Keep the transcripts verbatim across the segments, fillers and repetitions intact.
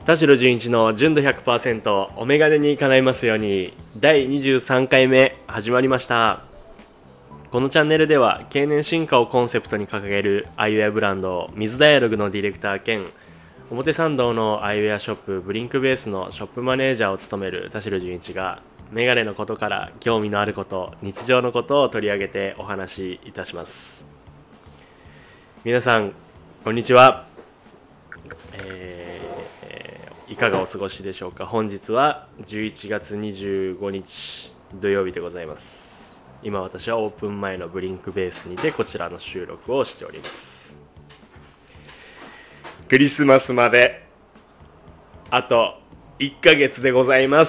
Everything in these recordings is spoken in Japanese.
田代純一の純度 ひゃくパーセント お眼鏡に叶いますようにだいにじゅうさんかいめ始まりました。このチャンネルでは経年進化をコンセプトに掲げるアイウェアブランド水ダイアログのディレクター兼表参道のアイウェアショップブリンクベースのショップマネージャーを務める田代純一が眼鏡のことから興味のあること、日常のことを取り上げてお話しいたします。皆さんこんにちは、えーいかがお過ごしでしょうか。本日はじゅういちがつにじゅうごにち土曜日でございます。今私はオープン前のブリンクベースにてこちらの収録をしております。クリスマスまであといっかげつでございます。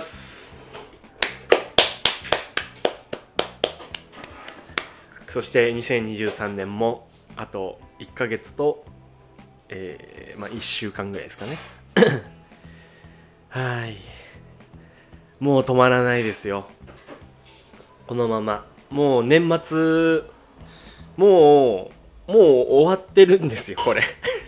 そしてにせんにじゅうさんねんもあといっかげつと、えーまあ、いっしゅうかんぐらいですかねはい、もう止まらないですよ。このままもう年末もうもう終わってるんですよこれ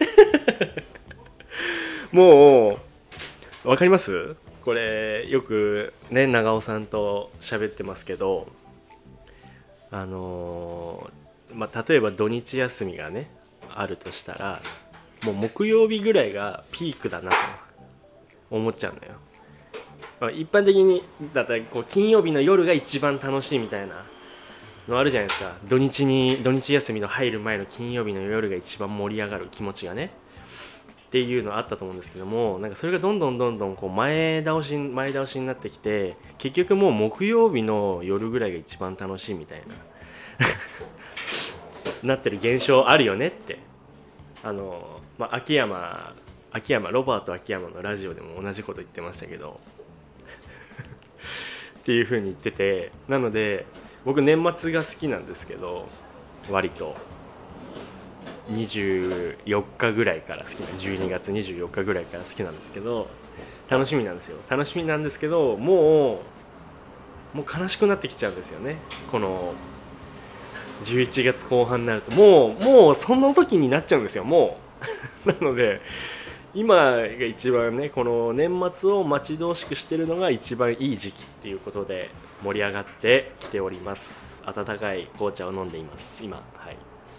もうわかります？これよくね長尾さんと喋ってますけど、あのー、まあ例えば土日休みがねあるとしたらもう木曜日ぐらいがピークだなと思っちゃうのよ。まあ、一般的にだったらこう金曜日の夜が一番楽しいみたいなのあるじゃないですか。土日に土日休みの入る前の金曜日の夜が一番盛り上がる気持ちがねっていうのあったと思うんですけども、なんかそれがどんどんどんどんこう前倒し前倒しになってきて、結局もう木曜日の夜ぐらいが一番楽しいみたいななってる現象あるよねって。あの、まあ、秋山秋山ロバート秋山のラジオでも同じこと言ってましたけどっていう風に言ってて、なので僕年末が好きなんですけど、割とにじゅうよっかぐらいから好きなじゅうにがつにじゅうよっかぐらいから好きなんですけど、楽しみなんですよ楽しみなんですけどもうもう悲しくなってきちゃうんですよね。このじゅういちがつこう半になるともうもうその時になっちゃうんですよもうなので今が一番ね、この年末を待ち遠しくしてるのが一番いい時期っていうことで盛り上がってきております。温かい紅茶を飲んでいます今。はい、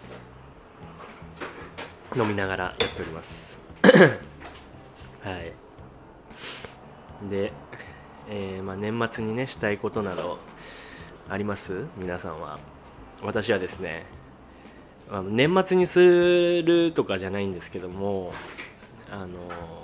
飲みながらやっておりますはいで、えーまあ、年末にねしたいことなどあります皆さんは。私はですね、まあ、年末にするとかじゃないんですけども、あの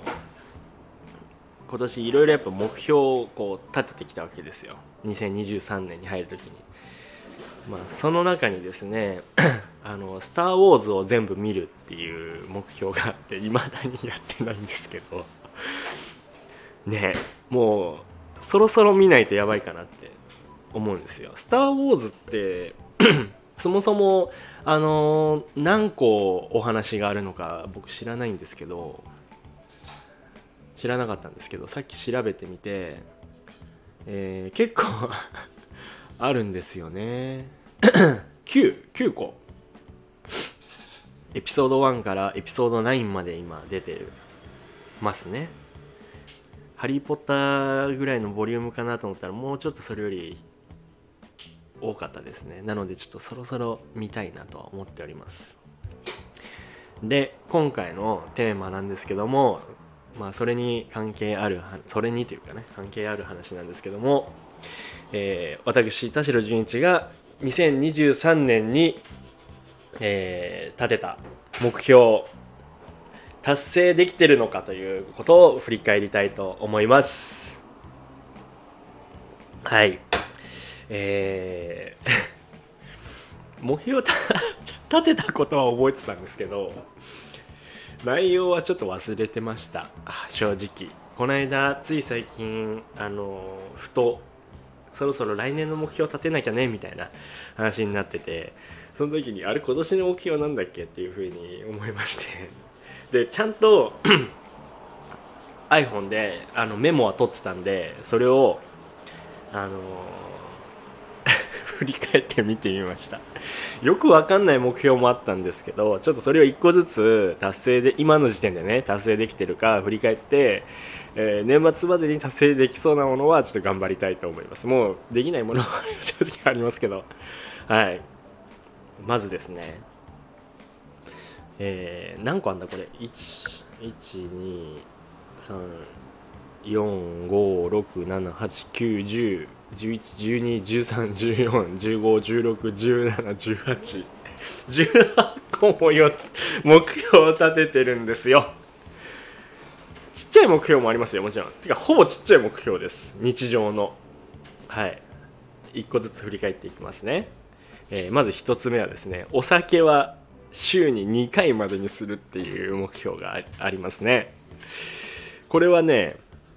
今年いろいろやっぱ目標をこう立ててきたわけですよ。にせんにじゅうさんねんに入るときに、まあ、その中にですねあのスター・ウォーズを全部見るっていう目標があって、いまだにやってないんですけどね、もうそろそろ見ないとやばいかなって思うんですよ。スター・ウォーズってそもそもあの何個お話があるのか僕知らないんですけど、知らなかったんですけどさっき調べてみて、えー、結構あるんですよねきゅう、きゅうこエピソードワンからエピソードナインまで今出てますね。ハリーポッターぐらいのボリュームかなと思ったらもうちょっとそれより多かったですね。なのでちょっとそろそろ見たいなとは思っております。で今回のテーマなんですけども、まあそれに関係あるそれにというかね関係ある話なんですけども、えー、私田代純一がにせんにじゅうさんねんに、えー、立てた目標達成できてるのかということを振り返りたいと思います。はい、えー、目標を立てたことは覚えてたんですけど内容はちょっと忘れてました。正直この間つい最近あのふとそろそろ来年の目標を立てなきゃねみたいな話になってて、その時にあれ今年の目標なんだっけっていう風に思いましてでちゃんとiPhone であのメモは取ってたんで、それをあの振り返って見てみました。よくわかんない目標もあったんですけど、ちょっとそれをいっこずつ達成で、今の時点でね達成できてるか振り返って、えー、年末までに達成できそうなものはちょっと頑張りたいと思います。もうできないものは正直ありますけど、はい。まずですね、えー、何個あんだこれ、いち、いち、に、さん、よん、ご、ろく、なな、はち、きゅう、じゅう、じゅういち、じゅうに、じゅうさん、じゅうよん、じゅうご、じゅうろく、じゅうなな、じゅうはち、じゅうはちこもよ目標を立ててるんですよ。ちっちゃい目標もありますよ、もちろん。てかほぼちっちゃい目標です、日常の。はい、いっこずつ振り返っていきますね。えー、まずひとつめはですね、お酒は週ににかいまでにするっていう目標がありますね。これはね、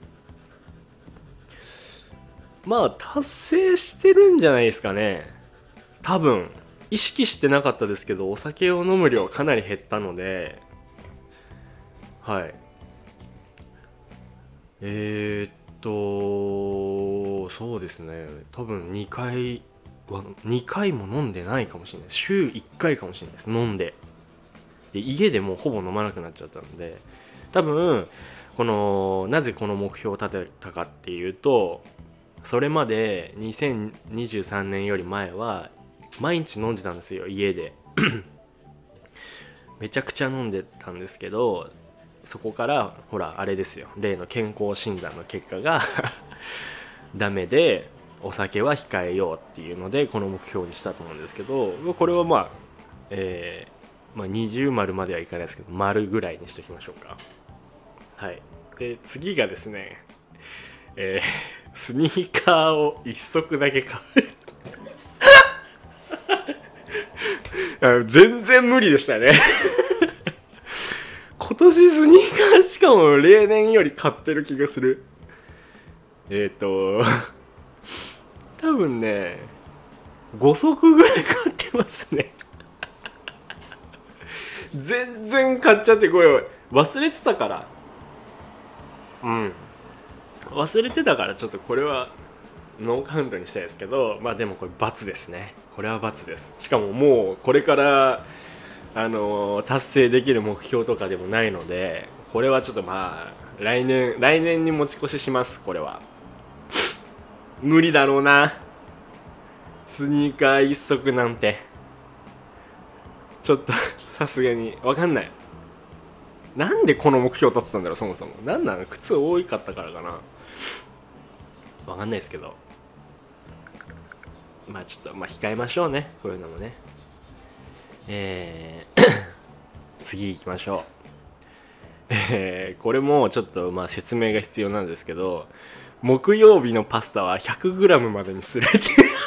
まあ達成してるんじゃないですかね。多分意識してなかったですけど、お酒を飲む量かなり減ったので、はい、えー、っとそうですね、多分にかいはにかいも飲んでないかもしれない。週いっかいかもしれないです、飲んで。で家でもうほぼ飲まなくなっちゃったので、多分このなぜこの目標を立てたかっていうと、それまでにせんにじゅうさんねんより前は毎日飲んでたんですよ、家でめちゃくちゃ飲んでたんですけど、そこからほらあれですよ、例の健康診断の結果がダメで、お酒は控えようっていうのでこの目標にしたと思うんですけど、これはまあ、えー、まあ二重丸まではいかないですけど丸ぐらいにしときましょうか。はい。で次がですね、えー、スニーカーを一足だけ買う全然無理でしたね今年スニーカーしかも例年より買ってる気がする。えっ、ー、と多分ねご足ぐらい買ってますね全然買っちゃって、これ忘れてたから、うん忘れてたからちょっとこれはノーカウントにしたいですけど、まあでもこれ×ですね。これは×です。しかももうこれからあのー、達成できる目標とかでもないので、これはちょっとまあ来年来年に持ち越しします。これは無理だろうな、スニーカー一足なんてちょっとさすがに分かんない。なんでこの目標を立ってたんだろう、そもそも。なんなの、靴多かったからかな、分かんないですけど、まあちょっとまあ控えましょうね、こういうのもね。えー次行きましょう。えーこれもちょっとまあ説明が必要なんですけど、木曜日のパスタは ひゃくグラム までにするって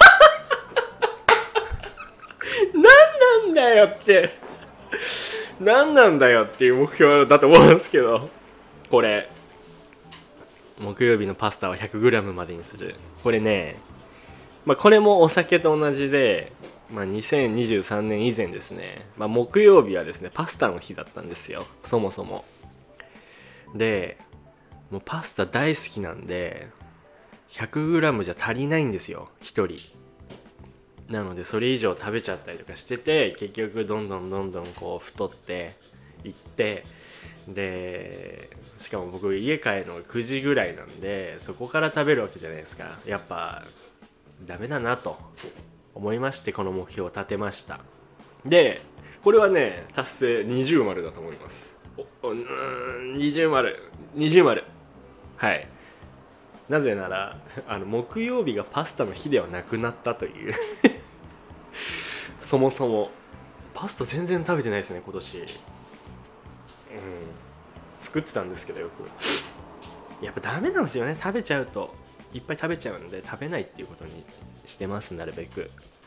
何なんだよって何なんだよっていう目標だと思うんですけど、これ木曜日のパスタは ひゃくグラム までにする、これね、まあ、これもお酒と同じで、まあ、にせんにじゅうさんねん以前ですね、まあ、木曜日はですねパスタの日だったんですよ、そもそも。でもうパスタ大好きなんで ひゃくグラム じゃ足りないんですよ、ひとり。なのでそれ以上食べちゃったりとかしてて、結局どんどんどんどんこう太っていって、でしかも僕家帰るのがくじぐらいなんで、そこから食べるわけじゃないですか。やっぱダメだなと思いまして、この目標を立てました。でこれはね達成にじゅう丸だと思います。おおうんにじゅう丸にじゅう丸、はい。なぜならあの木曜日がパスタの日ではなくなったというそもそもパスタ全然食べてないですね今年。うん、作ってたんですけど、よくやっぱダメなんですよね、食べちゃうと。いっぱい食べちゃうんで食べないっていうことにしてます、なるべく。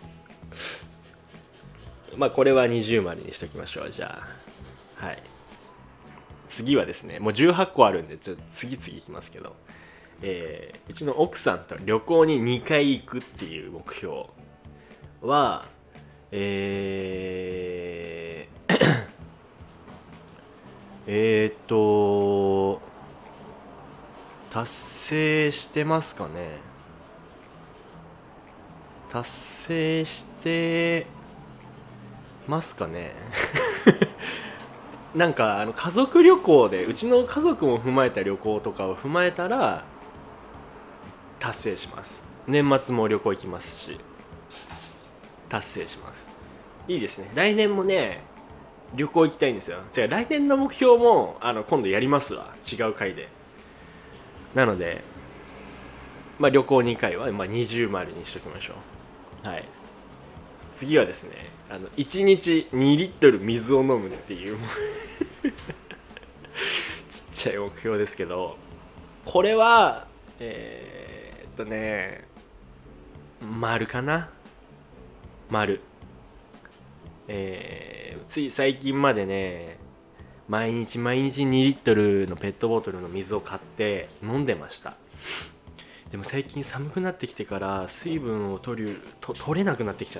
まあこれはにじゅう丸にしときましょう。じゃあはい、次はですね、もうじゅうはっこあるんでちょっと次々いきますけど、えー、うちの奥さんと旅行ににかい行くっていう目標は、えーえーっと達成してますかね。 達成してますかねなんかあの家族旅行でうちの家族も踏まえた旅行とかを踏まえたら達成します。年末も旅行行きますし達成します。いいですね。来年もね旅行行きたいんですよ。じゃあ来年の目標もあの今度やりますわ、違う回で。なのでまあ旅行にかいはまあ二重丸にしときましょう。はい。次はですね、あのいちにちにリットル水を飲むっていうちっちゃい目標ですけど、これはえー、っとね丸かな。丸。えー、つい最近までね毎日毎日にリットルのペットボトルの水を買って飲んでました。でも最近寒くなってきてから水分を取ると取れなくなってきちゃって、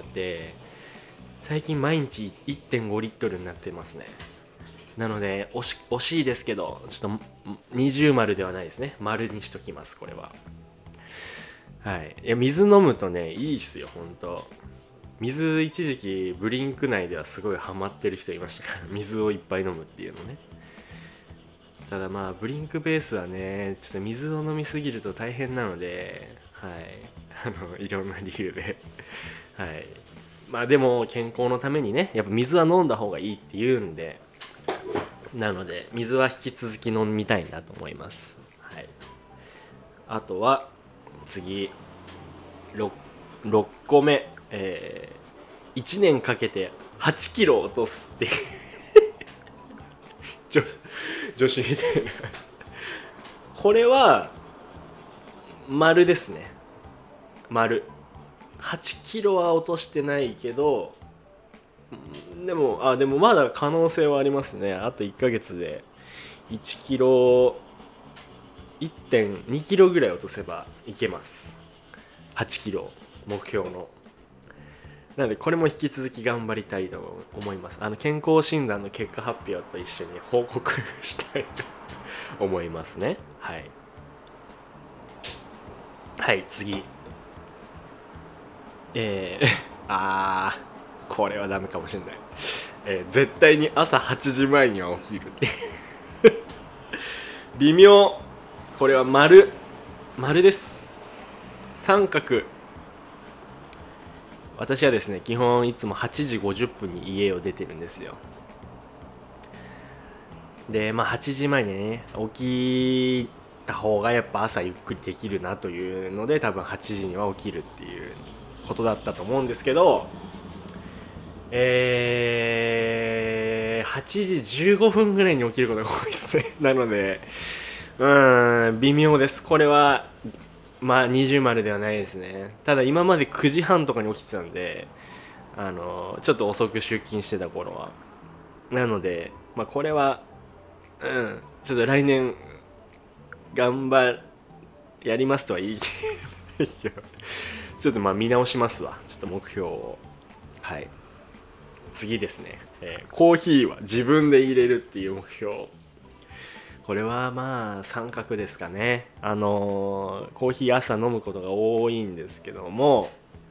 最近毎日 いってんごリットルになってますね。なので惜し、惜しいですけどちょっと二重丸ではないですね、丸にしときます。これははい。いや水飲むとねいいっすよ本当。水一時期ブリンク内ではすごいハマってる人いましたから水をいっぱい飲むっていうのね。ただまあブリンクベースはねちょっと水を飲みすぎると大変なので、はいあのいろんな理由ではいまあでも健康のためにねやっぱ水は飲んだ方がいいっていうんで、なので水は引き続き飲みたいなと思います。はい。あとは次 6, ろっこめ、えー、いちねんかけてはちキロ落とすっていう女, 女子みたいなこれは丸ですね。丸。はちキロは落としてないけど、でもあでもまだ可能性はありますね。あといっかげつでいちキロ いってんにキロぐらい落とせばいけます。はちキロ目標の。なのでこれも引き続き頑張りたいと思います。あの健康診断の結果発表と一緒に報告したいと思いますね。はいはい次えー、あーこれはダメかもしれない、えー、絶対に朝はちじまえには起きるって微妙。これは丸丸です。三角。私はですね基本いつもはちじごじゅっぷんに家を出てるんですよ。でまあはちじまえにね起きた方がやっぱ朝ゆっくりできるなというので多分はちじには起きるっていうことだったと思うんですけど、えー、はちじじゅうごふんぐらいに起きることが多いですねなのでうーん微妙です。これはまあ二重丸ではないですね。ただ今までくじはんとかに起きてたんで、あのちょっと遅く出勤してた頃はなので、まあ、これはうんちょっと来年頑張やりますとは言い切れないけどちょっとまあ見直しますわ、ちょっと目標を。はい。次ですね、えー、コーヒーは自分で入れるっていう目標。これはまあ三角ですかね。あのー、コーヒー朝飲むことが多いんですけども、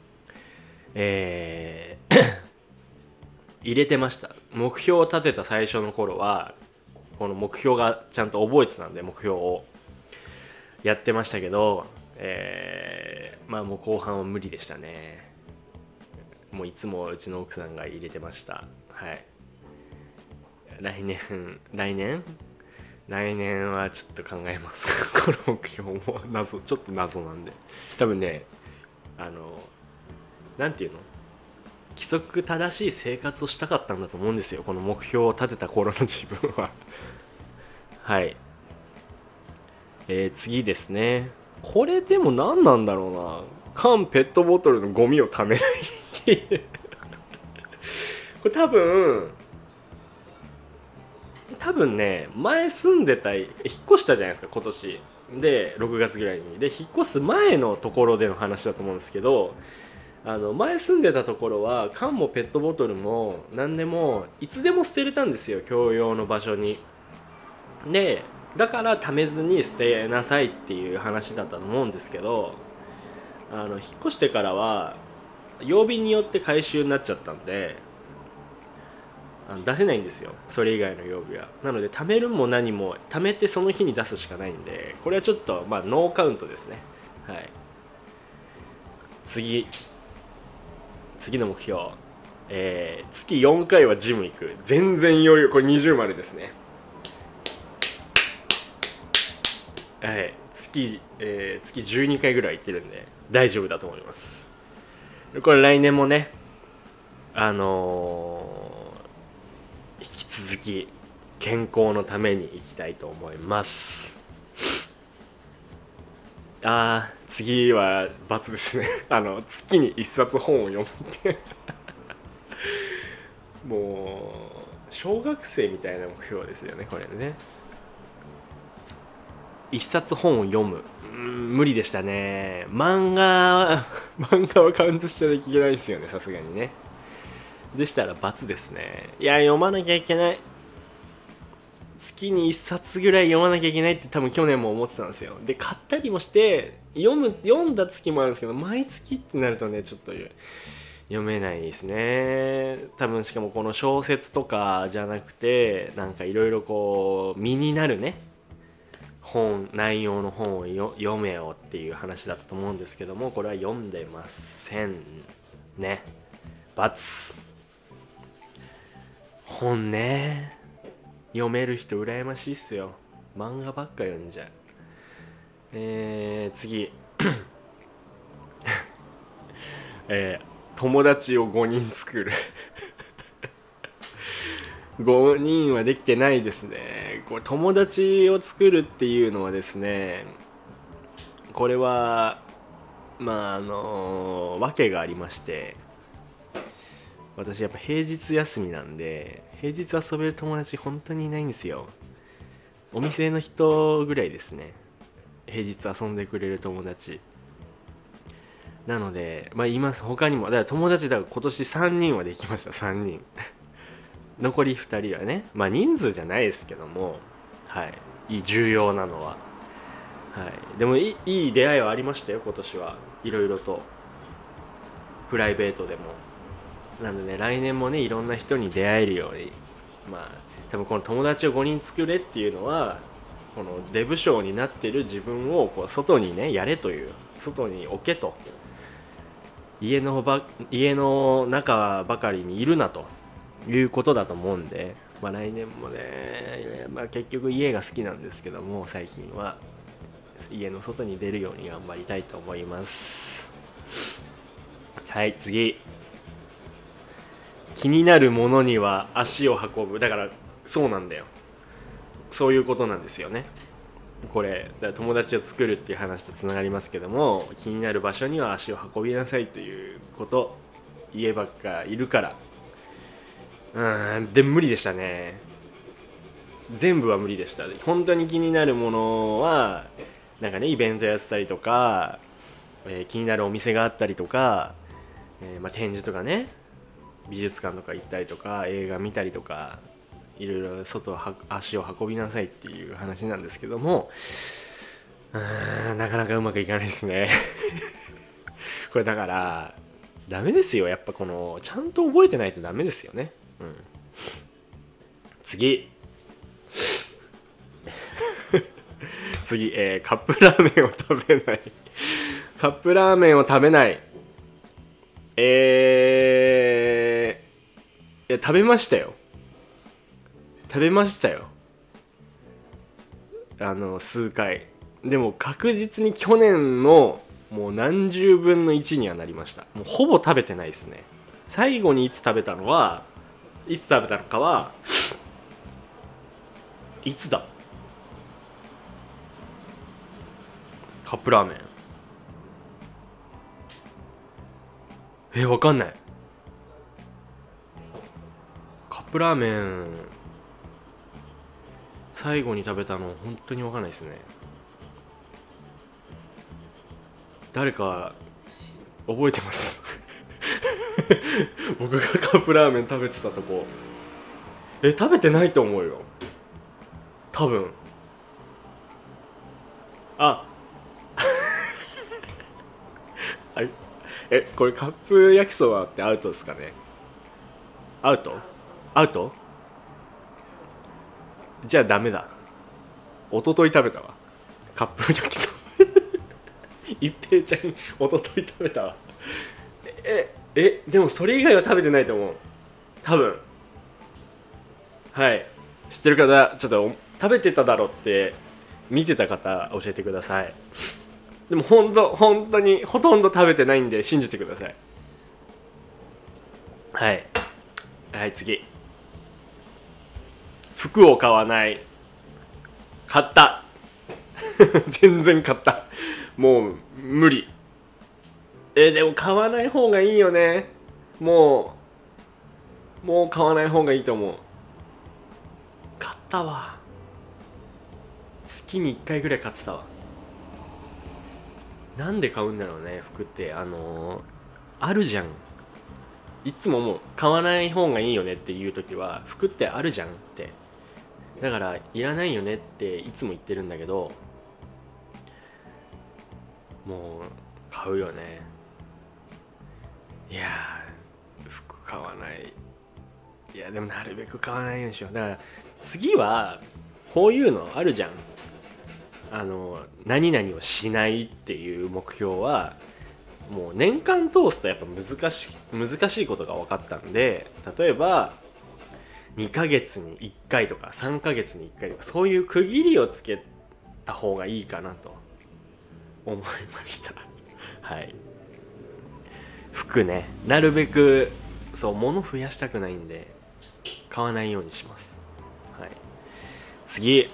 えー入れてました。目標を立てた最初の頃はこの目標がちゃんと覚えてたんで目標をやってましたけど、えー、まあもう後半は無理でしたね。もういつもうちの奥さんが入れてました。はい。来年来年来年はちょっと考えますこの目標も謎、ちょっと謎なんで多分ねあのなんていうの規則正しい生活をしたかったんだと思うんですよ、この目標を立てた頃の自分ははい、えー、次ですね。これでも何なんだろうな。缶ペットボトルのゴミをためないっていうこれ多分多分ね前住んでた引っ越したじゃないですか今年でろくがつぐらいに。で引っ越す前のところでの話だと思うんですけど、あの前住んでたところは缶もペットボトルも何でもいつでも捨てれたんですよ、共用の場所に。でだから溜めずに捨てなさいっていう話だったと思うんですけど、あの引っ越してからは曜日によって回収になっちゃったんで、あの出せないんですよ、それ以外の曜日は。なので貯めるも何も貯めてその日に出すしかないんで、これはちょっとまあノーカウントですね。はい。次次の目標、えー、月よんかいはジム行く。全然余裕。これ二重丸ですね。はい。月、えー、月じゅうにかいぐらい行ってるんで大丈夫だと思います。これ来年もね、あのー、引き続き健康のために行きたいと思います。あー、次は×ですね。あの月にいっさつ本を読むってもう小学生みたいな目標ですよね、これね。一冊本を読む、うーん、無理でしたね。漫画漫画はカウントしちゃいけないですよね、さすがにね。でしたら×ですね。いや、読まなきゃいけない。月にいっさつぐらい読まなきゃいけないって多分去年も思ってたんですよ。で買ったりもして読む読んだ月もあるんですけど、毎月ってなるとね、ちょっと読めないですね。多分しかもこの小説とかじゃなくて、なんかいろいろこう身になるね、本内容の本をよ読めよっていう話だったと思うんですけども、これは読んでませんね。×。本ね、読める人羨ましいっすよ。漫画ばっか読んじゃう。えー、次えー、友達をごにん作るごにんはできてないですね。これ友達を作るっていうのはですね、これはまああの訳がありまして、私やっぱ平日休みなんで、平日遊べる友達本当にいないんですよ。お店の人ぐらいですね、平日遊んでくれる友達。なのでまあいます、他にも。だから友達だから今年さんにんはできました。さんにん残りふたりはね、まあ人数じゃないですけども、はい、重要なのは。はい、でもい い, いい出会いはありましたよ、今年はいろいろと。プライベートでも。なのでね、来年もね、いろんな人に出会えるように、まあ多分この友達をごにん作れっていうのは、このデブ症になってる自分をこう外にねやれという、外に置けと、家のば家の中ばかりにいるなということだと思うんで、まあ、来年もね、まあ、結局家が好きなんですけども、最近は家の外に出るように頑張りたいと思います。はい、次。気になるものには足を運ぶ。だからそうなんだよ、そういうことなんですよね。これだから友達を作るっていう話とつながりますけども、気になる場所には足を運びなさいということ。家ばっかいるから。うーん、で無理でしたね。全部は無理でした。本当に気になるものはなんかね、イベントやってたりとか、えー気になるお店があったりとか、えーまあ、展示とかね、美術館とか行ったりとか、映画見たりとか、いろいろ外をは足を運びなさいっていう話なんですけども、うーん、なかなかうまくいかないですねこれだからダメですよ、やっぱこのちゃんと覚えてないとダメですよね。うん。次次、えー、カップラーメンを食べないカップラーメンを食べない。えー、いや食べましたよ、食べましたよ、あの数回。でも確実に去年のもう何十分のいちにはなりました。もうほぼ食べてないですね。最後にいつ食べたのはいつ食べたのかはいつだ。カップラーメン、えー、わかんない。カップラーメン最後に食べたの本当にわかんないですね。誰か覚えてます僕がカップラーメン食べてたとこ。え、食べてないと思うよ、多分。あはい、 え、これカップ焼きそばってアウトですかね？アウト？アウト？じゃあダメだ。一昨日食べたわ、カップ焼きそば。一平ちゃん一昨日食べたわ。ええでもそれ以外は食べてないと思う、多分。はい、知ってる方ちょっと食べてただろって見てた方教えてください。でも本当本当にほとんど食べてないんで信じてください。はいはい、次。服を買わない。買った。全然買った。もう無理。えでも買わない方がいいよね。もうもう買わない方がいいと思う。買ったわ。月にいっかいぐらい買ってたわ。なんで買うんだろうね、服って。あのー、あるじゃん。いつももう買わない方がいいよねっていう時は、服ってあるじゃんって。だからいらないよねっていつも言ってるんだけど、もう買うよね。いやー、服買わない。いやでもなるべく買わないようにしよう。だから次はこういうのあるじゃん。あの何々をしないっていう目標はもう年間通すとやっぱ難しい難しいことが分かったんで、例えばにかげつにいっかいとかさんかげつにいっかいとか、そういう区切りをつけた方がいいかなと思いました。はい。服ね、なるべくそう物増やしたくないんで買わないようにします。はい。次。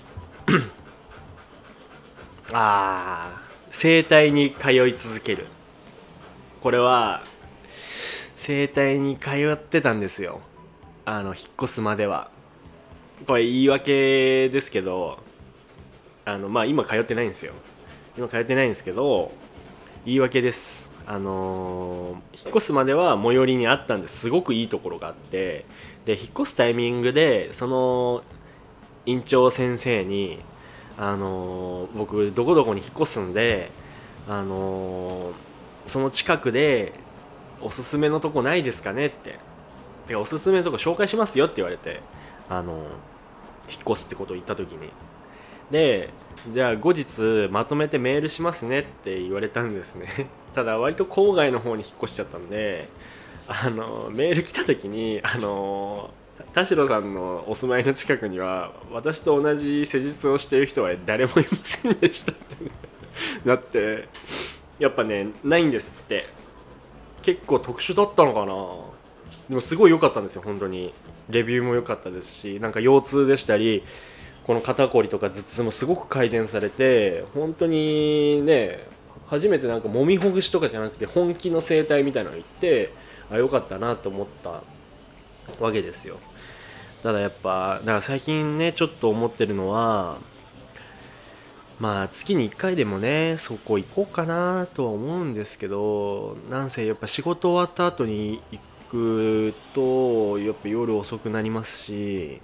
あー、整体に通い続ける。これは整体に通ってたんですよ、あの引っ越すまでは。これ言い訳ですけど、あのまあ今通ってないんですよ。今通ってないんですけど言い訳です。あのー、引っ越すまでは最寄りにあったんですごくいいところがあって、で引っ越すタイミングでその院長先生に、あのー、僕どこどこに引っ越すんで、あのー、その近くでおすすめのとこないですかねって、てかおすすめのとこ紹介しますよって言われて、あのー、引っ越すってことを言った時に、でじゃあ後日まとめてメールしますねって言われたんですね。ただ割と郊外の方に引っ越しちゃったんで、あのメール来た時に、あの田代さんのお住まいの近くには私と同じ施術をしている人は誰もいませんでしたってなって、やっぱねないんですって。結構特殊だったのかな。でもすごい良かったんですよ、本当に。レビューも良かったですし、なんか腰痛でしたりこの肩こりとか頭痛もすごく改善されて、本当にね、初めてなんか揉みほぐしとかじゃなくて本気の整体みたいなの行って、あ、良かったなと思ったわけですよ。ただやっぱだから最近ねちょっと思ってるのは、まあ月にいっかいでもねそこ行こうかなとは思うんですけど、なんせやっぱ仕事終わった後に行くとやっぱ夜遅くなりますし、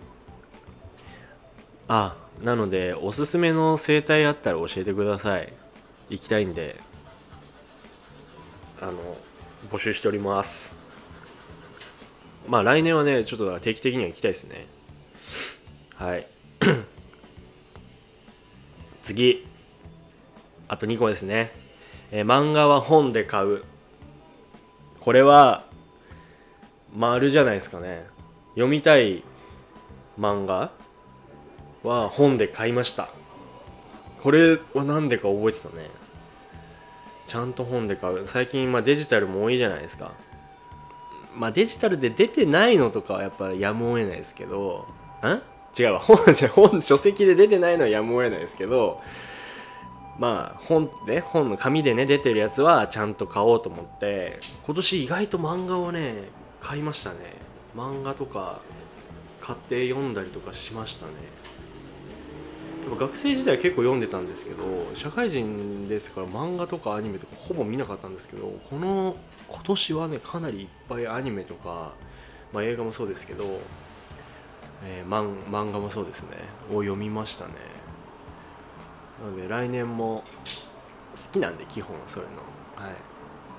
あ、なのでおすすめの整体あったら教えてください。行きたいんで、あの募集しております。まあ来年はねちょっと定期的には行きたいですね。はい。次、あとにこですね。えー漫画は本で買う。これは丸じゃないですかね。読みたい漫画は本で買いました。これはなんでか覚えてたね。ちゃんと本で買う。最近まあデジタルも多いじゃないですか。まあデジタルで出てないのとかはやっぱやむを得ないですけど、ん違うわ、本じゃ本書籍で出てないのはやむを得ないですけど、まあ本ね、本の紙でね出てるやつはちゃんと買おうと思って今年意外と漫画をね買いましたね。漫画とか買って読んだりとかしましたね。学生時代は結構読んでたんですけど、社会人ですから漫画とかアニメとかほぼ見なかったんですけど、この今年はねかなりいっぱいアニメとか、まあ、映画もそうですけど、えー、漫, 漫画もそうですねを読みましたね。なので来年も好きなんで基本そういうの、はい、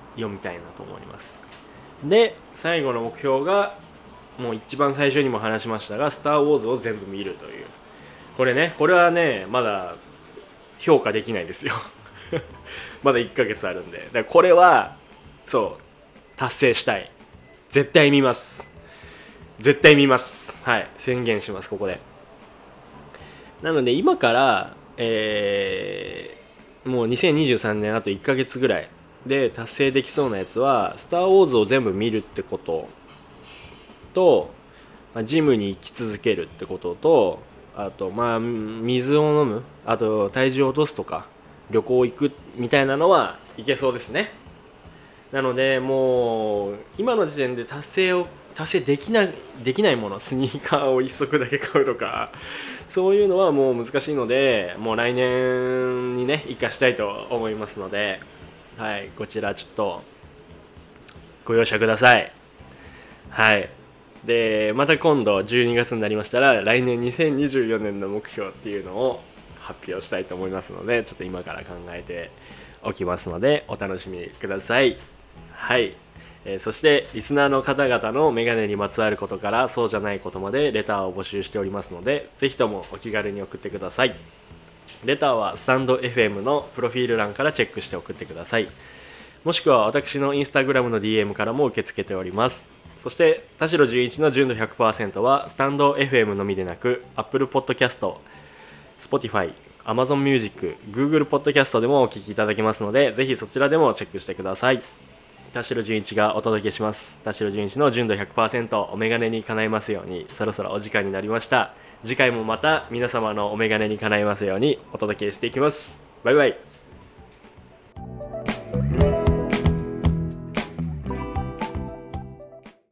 読みたいなと思います。で最後の目標がもう一番最初にも話しましたが、スター・ウォーズを全部見るという。これね、これはねまだ評価できないですよまだいっかげつあるんで、だからこれはそう達成したい。絶対見ます。絶対見ます。はい、宣言します、ここで。なので今から、えー、もうにせんにじゅうさんねんあといっかげつぐらいで達成できそうなやつは、スター・ウォーズを全部見るってことと、まあ、ジムに行き続けるってことと、あとまあ水を飲む、あと体重を落とすとか旅行行くみたいなのはいけそうですね。なのでもう今の時点で達成を達成できない、できないもの、スニーカーを一足だけ買うとかそういうのはもう難しいので、もう来年にね生かしたいと思いますので、はい、こちらちょっとご容赦ください。はい。でまた今度じゅうにがつになりましたら、来年にせんにじゅうよねんの目標っていうのを発表したいと思いますので、ちょっと今から考えておきますのでお楽しみください。はい、えー、そしてリスナーの方々のメガネにまつわることからそうじゃないことまでレターを募集しておりますので、ぜひともお気軽に送ってください。レターはスタンド エフエム のプロフィール欄からチェックして送ってください。もしくは私のインスタグラムの ディーエム からも受け付けております。そして田代純一の純度 ひゃくパーセント はスタンド エフエム のみでなく Apple Podcast、Spotify、Amazon Music、Google Podcast でもお聞きいただけますので、ぜひそちらでもチェックしてください。田代純一がお届けします。田代純一の純度 ひゃくパーセント お眼鏡に叶えますように。そろそろお時間になりました。次回もまた皆様のお眼鏡に叶えますようにお届けしていきます。バイバイ。